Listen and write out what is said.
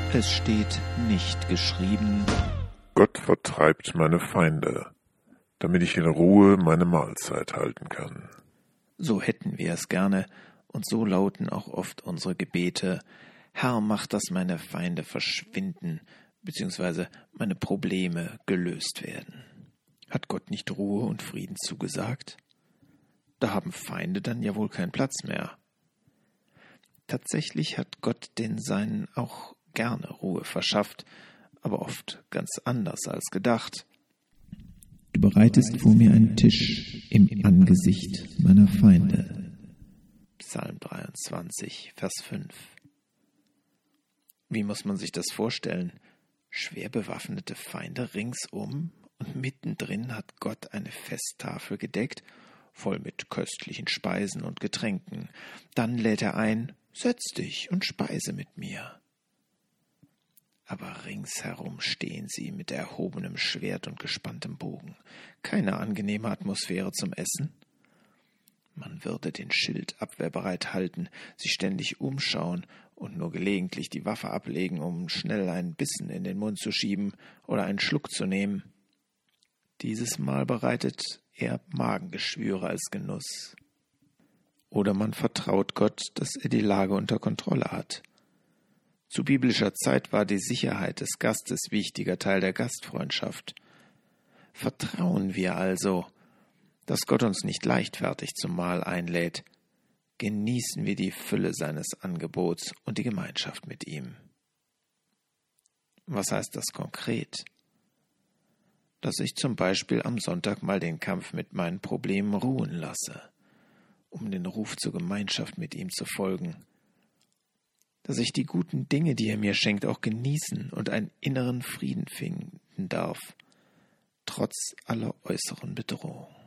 Es steht nicht geschrieben: Gott vertreibt meine Feinde, damit ich in Ruhe meine Mahlzeit halten kann. So hätten wir es gerne, und so lauten auch oft unsere Gebete: Herr, mach, dass meine Feinde verschwinden, beziehungsweise meine Probleme gelöst werden. Hat Gott nicht Ruhe und Frieden zugesagt? Da haben Feinde dann ja wohl keinen Platz mehr. Tatsächlich hat Gott den Seinen auch gerne Ruhe verschafft, aber oft ganz anders als gedacht. Du bereitest vor mir einen Tisch im Angesicht meiner Feinde. Psalm 23, Vers 5. Wie muss man sich das vorstellen? Schwer bewaffnete Feinde ringsum und mittendrin hat Gott eine Festtafel gedeckt, voll mit köstlichen Speisen und Getränken. Dann lädt er ein: Setz dich und speise mit mir. Aber ringsherum stehen sie mit erhobenem Schwert und gespanntem Bogen. Keine angenehme Atmosphäre zum Essen. Man würde den Schild abwehrbereit halten, sich ständig umschauen und nur gelegentlich die Waffe ablegen, um schnell einen Bissen in den Mund zu schieben oder einen Schluck zu nehmen. Dieses Mal bereitet er Magengeschwüre als Genuss. Oder man vertraut Gott, dass er die Lage unter Kontrolle hat. Zu biblischer Zeit war die Sicherheit des Gastes wichtiger Teil der Gastfreundschaft. Vertrauen wir also, dass Gott uns nicht leichtfertig zum Mahl einlädt, genießen wir die Fülle seines Angebots und die Gemeinschaft mit ihm. Was heißt das konkret? Dass ich zum Beispiel am Sonntag mal den Kampf mit meinen Problemen ruhen lasse, um den Ruf zur Gemeinschaft mit ihm zu folgen. Dass ich die guten Dinge, die er mir schenkt, auch genießen und einen inneren Frieden finden darf, trotz aller äußeren Bedrohung.